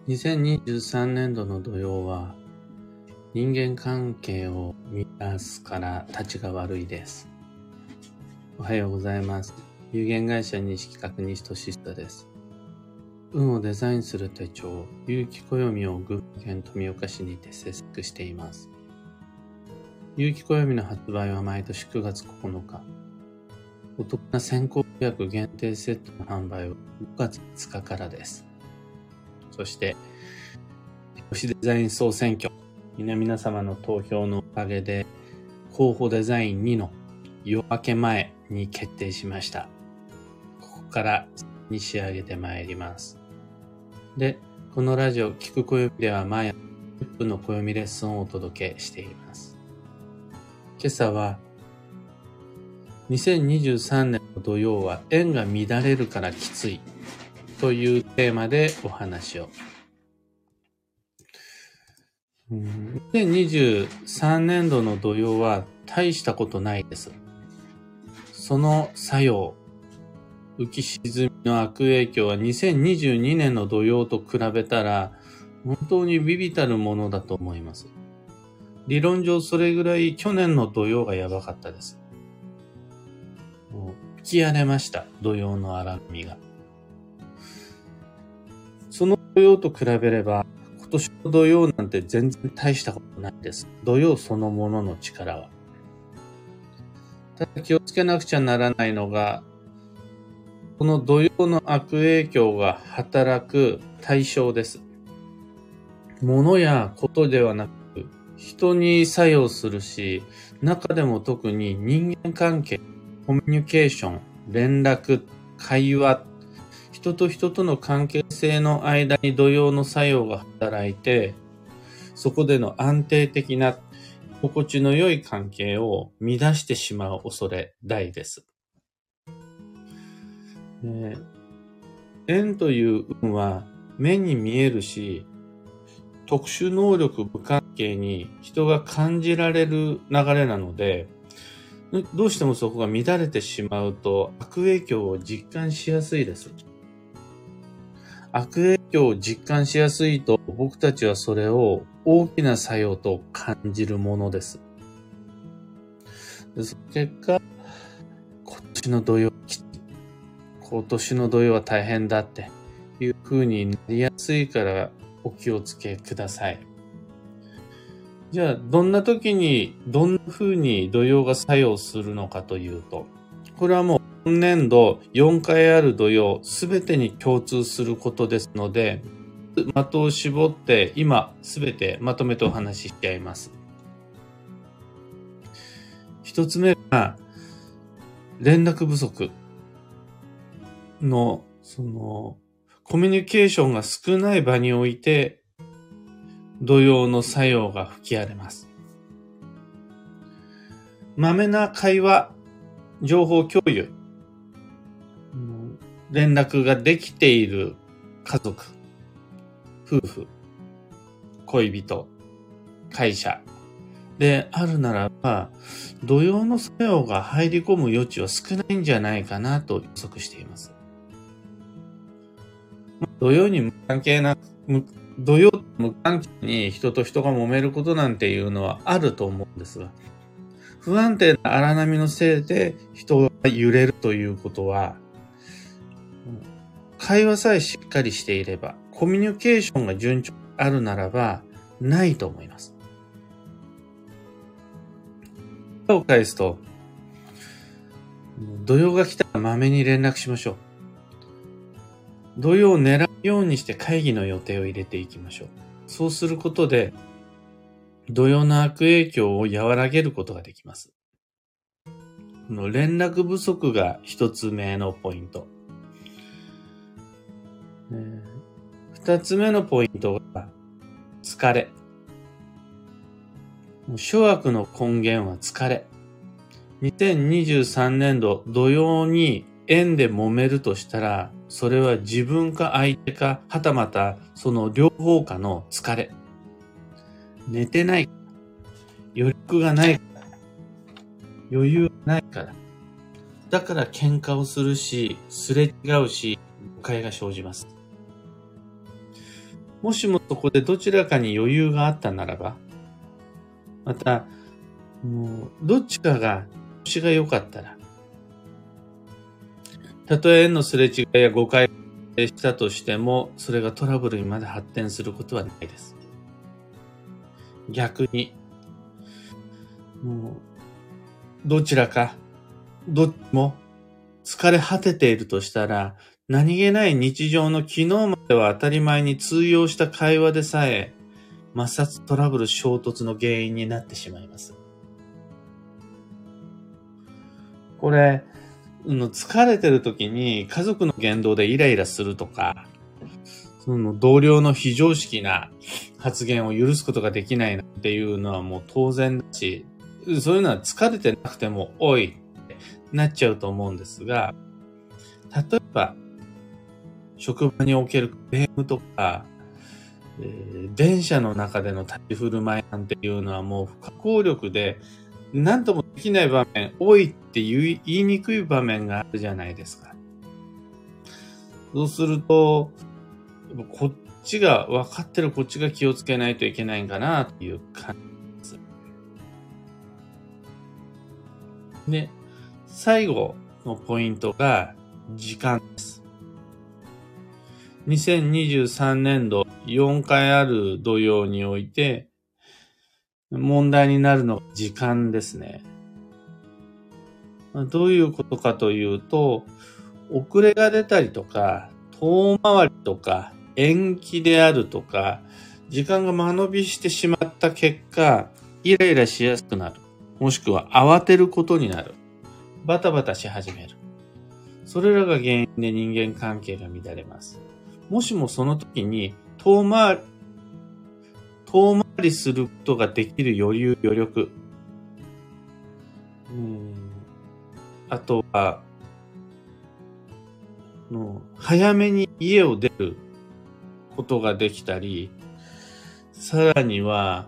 2023年度の土曜は人間関係を乱すから立ちが悪いです。おはようございます。有限会社西企画西俊久です。運をデザインする手帳、有機暦を群馬県富岡市にて制作しています。有機暦の発売は毎年9月9日。お得な先行予約限定セットの販売は5月5日からです。そして、表紙デザイン総選挙。皆様の投票のおかげで、候補デザイン2の夜明け前に決定しました。ここからに仕上げてまいります。で、このラジオ聞く暦では毎朝10分の暦レッスンをお届けしています。今朝は、2023年の土曜は縁が乱れるからきついというテーマでお話を。2023年度の土曜は大したことないです。その作用、浮き沈みの悪影響は2022年の土曜と比べたら本当に微々たるものだと思います。理論上それぐらい去年の土曜がやばかったです。もう吹き荒れました、土曜の荒波が。その土曜と比べれば今年の土曜なんて全然大したことないです。土曜そのものの力は。ただ気をつけなくちゃならないのが、この土曜の悪影響が働く対象です。物やことではなく、人に作用するし、中でも特に人間関係、コミュニケーション、連絡、会話、人と人との関係性の間に土曜の作用が働いて、そこでの安定的な心地の良い関係を乱してしまう恐れ大です。縁という運は目に見えるし、特殊能力無関係に人が感じられる流れなので、どうしてもそこが乱れてしまうと悪影響を実感しやすいです。悪影響を実感しやすいと僕たちはそれを大きな作用と感じるものです。その結果、今年の土曜は大変だっていう風になりやすいからお気をつけください。じゃあ、どんな時にどんな風に土曜が作用するのかというと、これはもう今年度4回ある土曜すべてに共通することですので、的を絞って今すべてまとめてお話ししちゃいます。一つ目は連絡不足のコミュニケーションが少ない場において土曜の作用が吹き荒れます。まめな会話、情報共有、連絡ができている家族、夫婦、恋人、会社であるならば、土曜の作用が入り込む余地は少ないんじゃないかなと予測しています。土曜に無関係に人と人が揉めることなんていうのはあると思うんですが、不安定な荒波のせいで人が揺れるということは、会話さえしっかりしていれば、コミュニケーションが順調にあるならば、ないと思います。を返すと、土曜が来たらまめに連絡しましょう。土曜を狙うようにして会議の予定を入れていきましょう。そうすることで、土曜の悪影響を和らげることができます。この連絡不足が一つ目のポイント。二つ目のポイントが疲れ。諸悪の根源は疲れ。2023年度土曜に縁で揉めるとしたら、それは自分か相手か、はたまたその両方かの疲れ。寝てない、余力がない、余裕がないから。だから喧嘩をするし、すれ違うし、誤解が生じます。 もしもそこでどちらかに余裕があったならば、また、どっちかが調子が良かったら、たとえ縁のすれ違いや誤解したとしても、それがトラブルにまで発展することはないです。逆に、どちらか、どっちも疲れ果てているとしたら、何気ない日常の昨日までは当たり前に通用した会話でさえ、摩擦トラブル衝突の原因になってしまいます。これ、疲れてる時に家族の言動でイライラするとか、その同僚の非常識な発言を許すことができないなんていうのはもう当然だし、そういうのは疲れてなくてもおいってなっちゃうと思うんですが、例えば職場におけるクレームとか、電車の中での立ち振る舞いなんていうのはもう不可抗力で何ともできない場面、多いって言いにくい場面があるじゃないですか。そうすると、こっちが分かってるこっちが気をつけないといけないんかなっていう感じです。で、最後のポイントが時間です。2023年度4回ある土曜において問題になるのが時間ですね。どういうことかというと、遅れが出たりとか、遠回りとか、延期であるとか、時間が間延びしてしまった結果、イライラしやすくなる。もしくは慌てることになる。バタバタし始める。それらが原因で人間関係が乱れます。もしもその時に遠回りすることができる余裕、余力。あとは、早めに家を出ることができたり、さらには、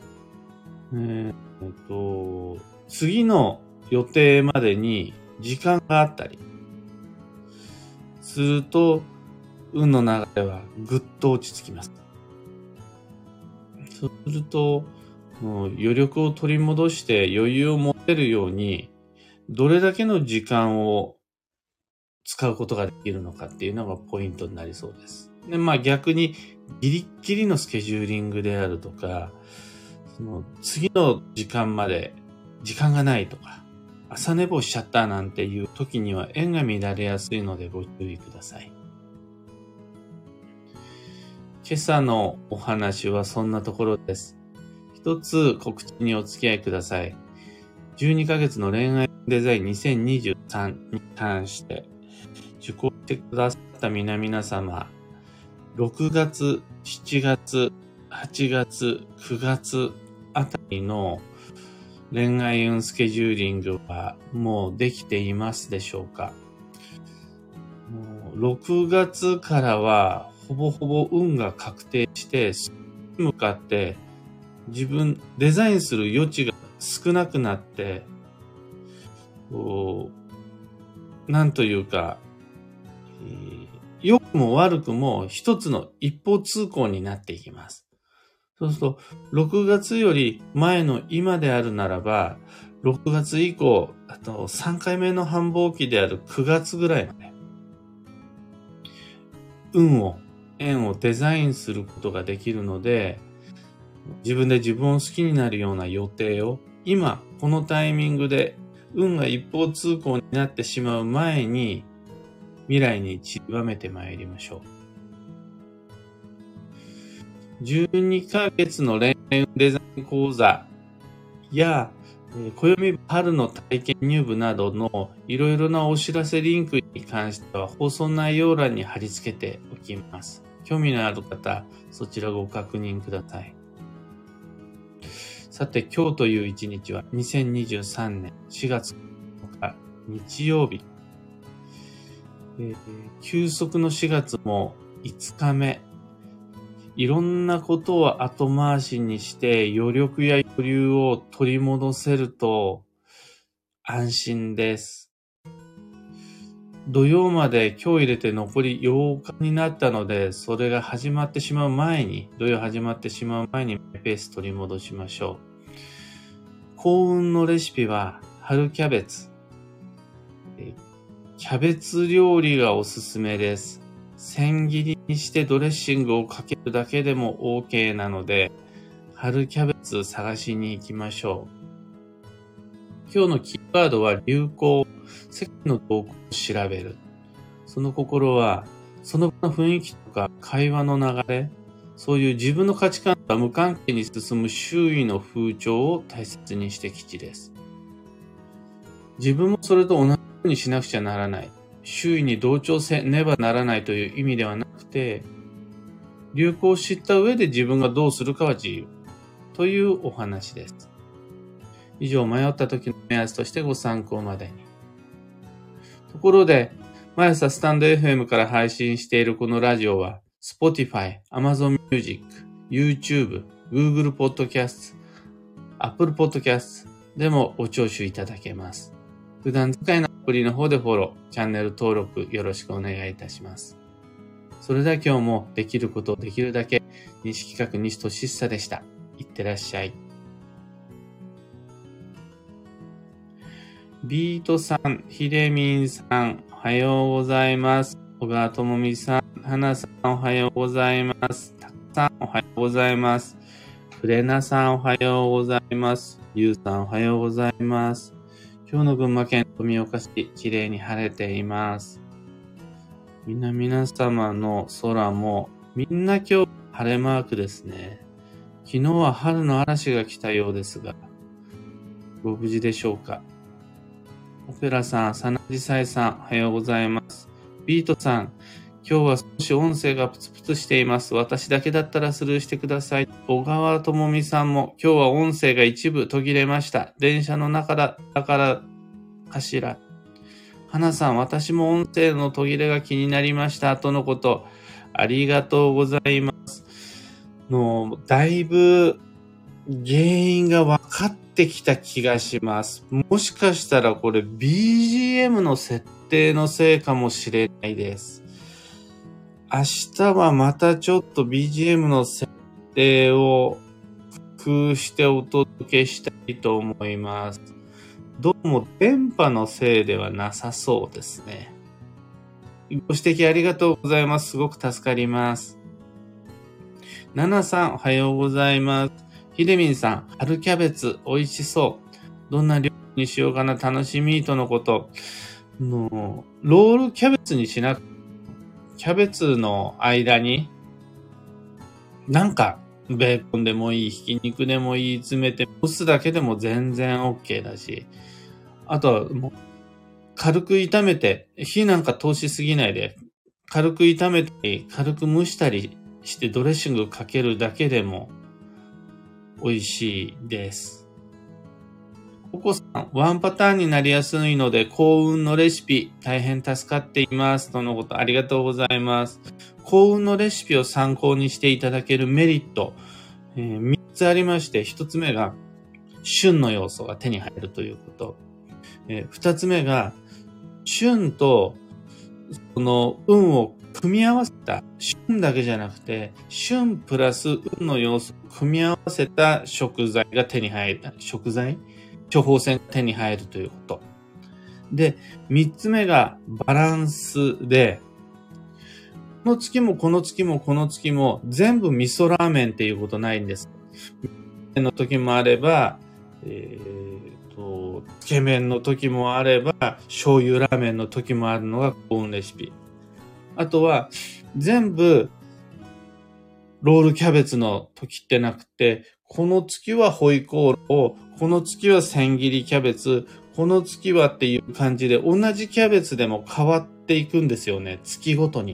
次の予定までに時間があったりすると、運の流れはぐっと落ち着きます。そうすると、余力を取り戻して余裕を持てるように、どれだけの時間を使うことができるのかっていうのがポイントになりそうです。で、逆にギリッギリのスケジューリングであるとか、次の時間まで時間がないとか、朝寝坊しちゃったなんていう時には縁が乱れやすいのでご注意ください。今朝のお話はそんなところです。一つ告知にお付き合いください。12ヶ月の恋愛デザイン2023に関して受講してくださった皆様、6月、7月、8月、9月あたりの恋愛運スケジューリングはもうできていますでしょうか？6月からはほぼほぼ運が確定して、そこに向かってデザインする余地が少なくなって、なんというか、良くも悪くも一つの一方通行になっていきます。そうすると、6月より前の今であるならば、6月以降、あと3回目の繁忙期である9月ぐらいまで、縁をデザインすることができるので、自分で自分を好きになるような予定を、今、このタイミングで、運が一方通行になってしまう前に、未来に散りばめてまいりましょう。12ヶ月の恋愛デザイン講座や、暦春の体験入部などのいろいろなお知らせリンクに関しては放送内容欄に貼り付けておきます。興味のある方、そちらご確認ください。さて、今日という一日は2023年4月9日日曜日。休息の4月も5日目。いろんなことを後回しにして余力や余裕を取り戻せると安心です。 土曜まで今日入れて残り8日になったので、それが始まってしまう前に、土曜始まってしまう前にペース取り戻しましょう。幸運のレシピは春キャベツ。キャベツ料理がおすすめです。千切りにしてドレッシングをかけるだけでも OK なので、春キャベツ探しに行きましょう。今日のキーワードは流行、世界の動向を調べる。その心は、その場の雰囲気とか会話の流れ、そういう自分の価値観とは無関係に進む周囲の風潮を大切にして吉です。自分もそれと同じようにしなくちゃならない。周囲に同調せねばならないという意味ではなくて、流行を知った上で自分がどうするかは自由というお話です。以上、迷った時の目安としてご参考までに。ところで、毎朝スタンド FM から配信しているこのラジオは、Spotify、Amazon Music、YouTube、Google Podcast、Apple Podcast でもご聴取いただけます。普段使いのアプリの方でフォロー、チャンネル登録よろしくお願いいたします。それでは今日もできることをできるだけ、西企画西俊久でした。いってらっしゃい。ビートさん、ひでみんさん、おはようございます。小川智美さん、はなさん、おはようございます。たくさん、おはようございます。フレナさん、おはようございます。ゆうさん、おはようございます。今日の群馬県富岡市、綺麗に晴れています。皆様の空も、みんな今日晴れマークですね。昨日は春の嵐が来たようですが、ご無事でしょうか。オペラさん、サナジサイさん、おはようございます。ビートさん、今日は少し音声がプツプツしています。私だけだったらスルーしてください。小川智美さんも、今日は音声が一部途切れました。電車の中だからかしら。花さん、私も音声の途切れが気になりました。とのこと。ありがとうございます。だいぶ原因が分かってきた気がします。もしかしたらこれ BGM の設定のせいかもしれないです。明日はまたちょっと BGM の設定を工夫してお届けしたいと思います。どうも電波のせいではなさそうですね。ご指摘ありがとうございます。すごく助かります。ナナさん、おはようございます。ひでみんさん、春キャベツ、美味しそう。どんな料理にしようかな、楽しみとのこと。ロールキャベツにしなく、キャベツの間に、なんか、ベーコンでもいい、ひき肉でもいい、詰めて蒸すだけでも全然 OK だし、あとはもう、軽く炒めて、火なんか通しすぎないで、軽く炒めたり、軽く蒸したりしてドレッシングかけるだけでも美味しいです。ココさん、ワンパターンになりやすいので幸運のレシピ大変助かっています。とのことありがとうございます。幸運のレシピを参考にしていただけるメリット、3つありまして、1つ目が旬の要素が手に入るということ。2つ目が旬とその運を組み合わせた、旬だけじゃなくて、旬プラス運の要素を組み合わせた食材が手に入る。処方箋が手に入るということ。で、3つ目がバランスで、この月もこの月もこの月も全部味噌ラーメンっていうことないんです。の時もあれば、つけ麺の時もあれば、醤油ラーメンの時もあるのが幸運レシピ。あとは、全部、ロールキャベツの時ってなくて、この月はホイコーロー、この月は千切りキャベツ、この月はっていう感じで、同じキャベツでも変わっていくんですよね、月ごとに。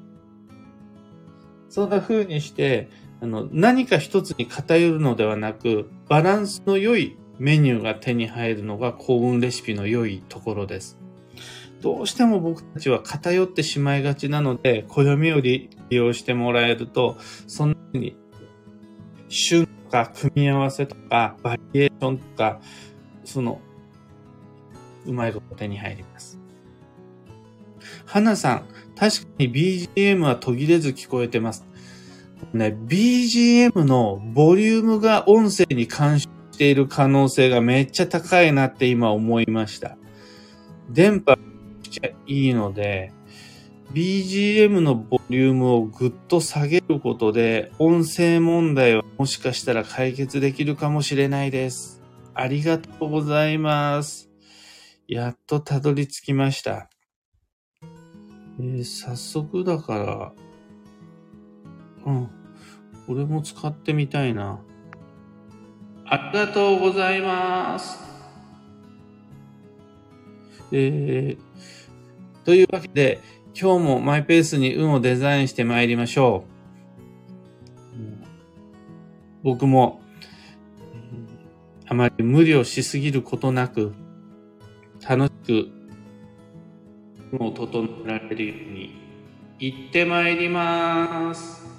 そんな風にして、何か一つに偏るのではなく、バランスの良いメニューが手に入るのが幸運レシピの良いところです。どうしても僕たちは偏ってしまいがちなので、暦を利用してもらえると、そんな風に旬とか組み合わせとかバリエーションとか、うまいこと手に入ります。 花さん、確かに BGM は途切れず聞こえてます。ね、BGM のボリュームが音声に干渉している可能性がめっちゃ高いなって今思いました。電波がいいので、BGM のボリュームをぐっと下げることで、音声問題はもしかしたら解決できるかもしれないです。ありがとうございます。やっとたどり着きました。早速だから、これも使ってみたいな。ありがとうございます。というわけで、今日もマイペースに運をデザインしてまいりましょう。僕も、あまり無理をしすぎることなく、楽しく運を整えられるように行ってまいります。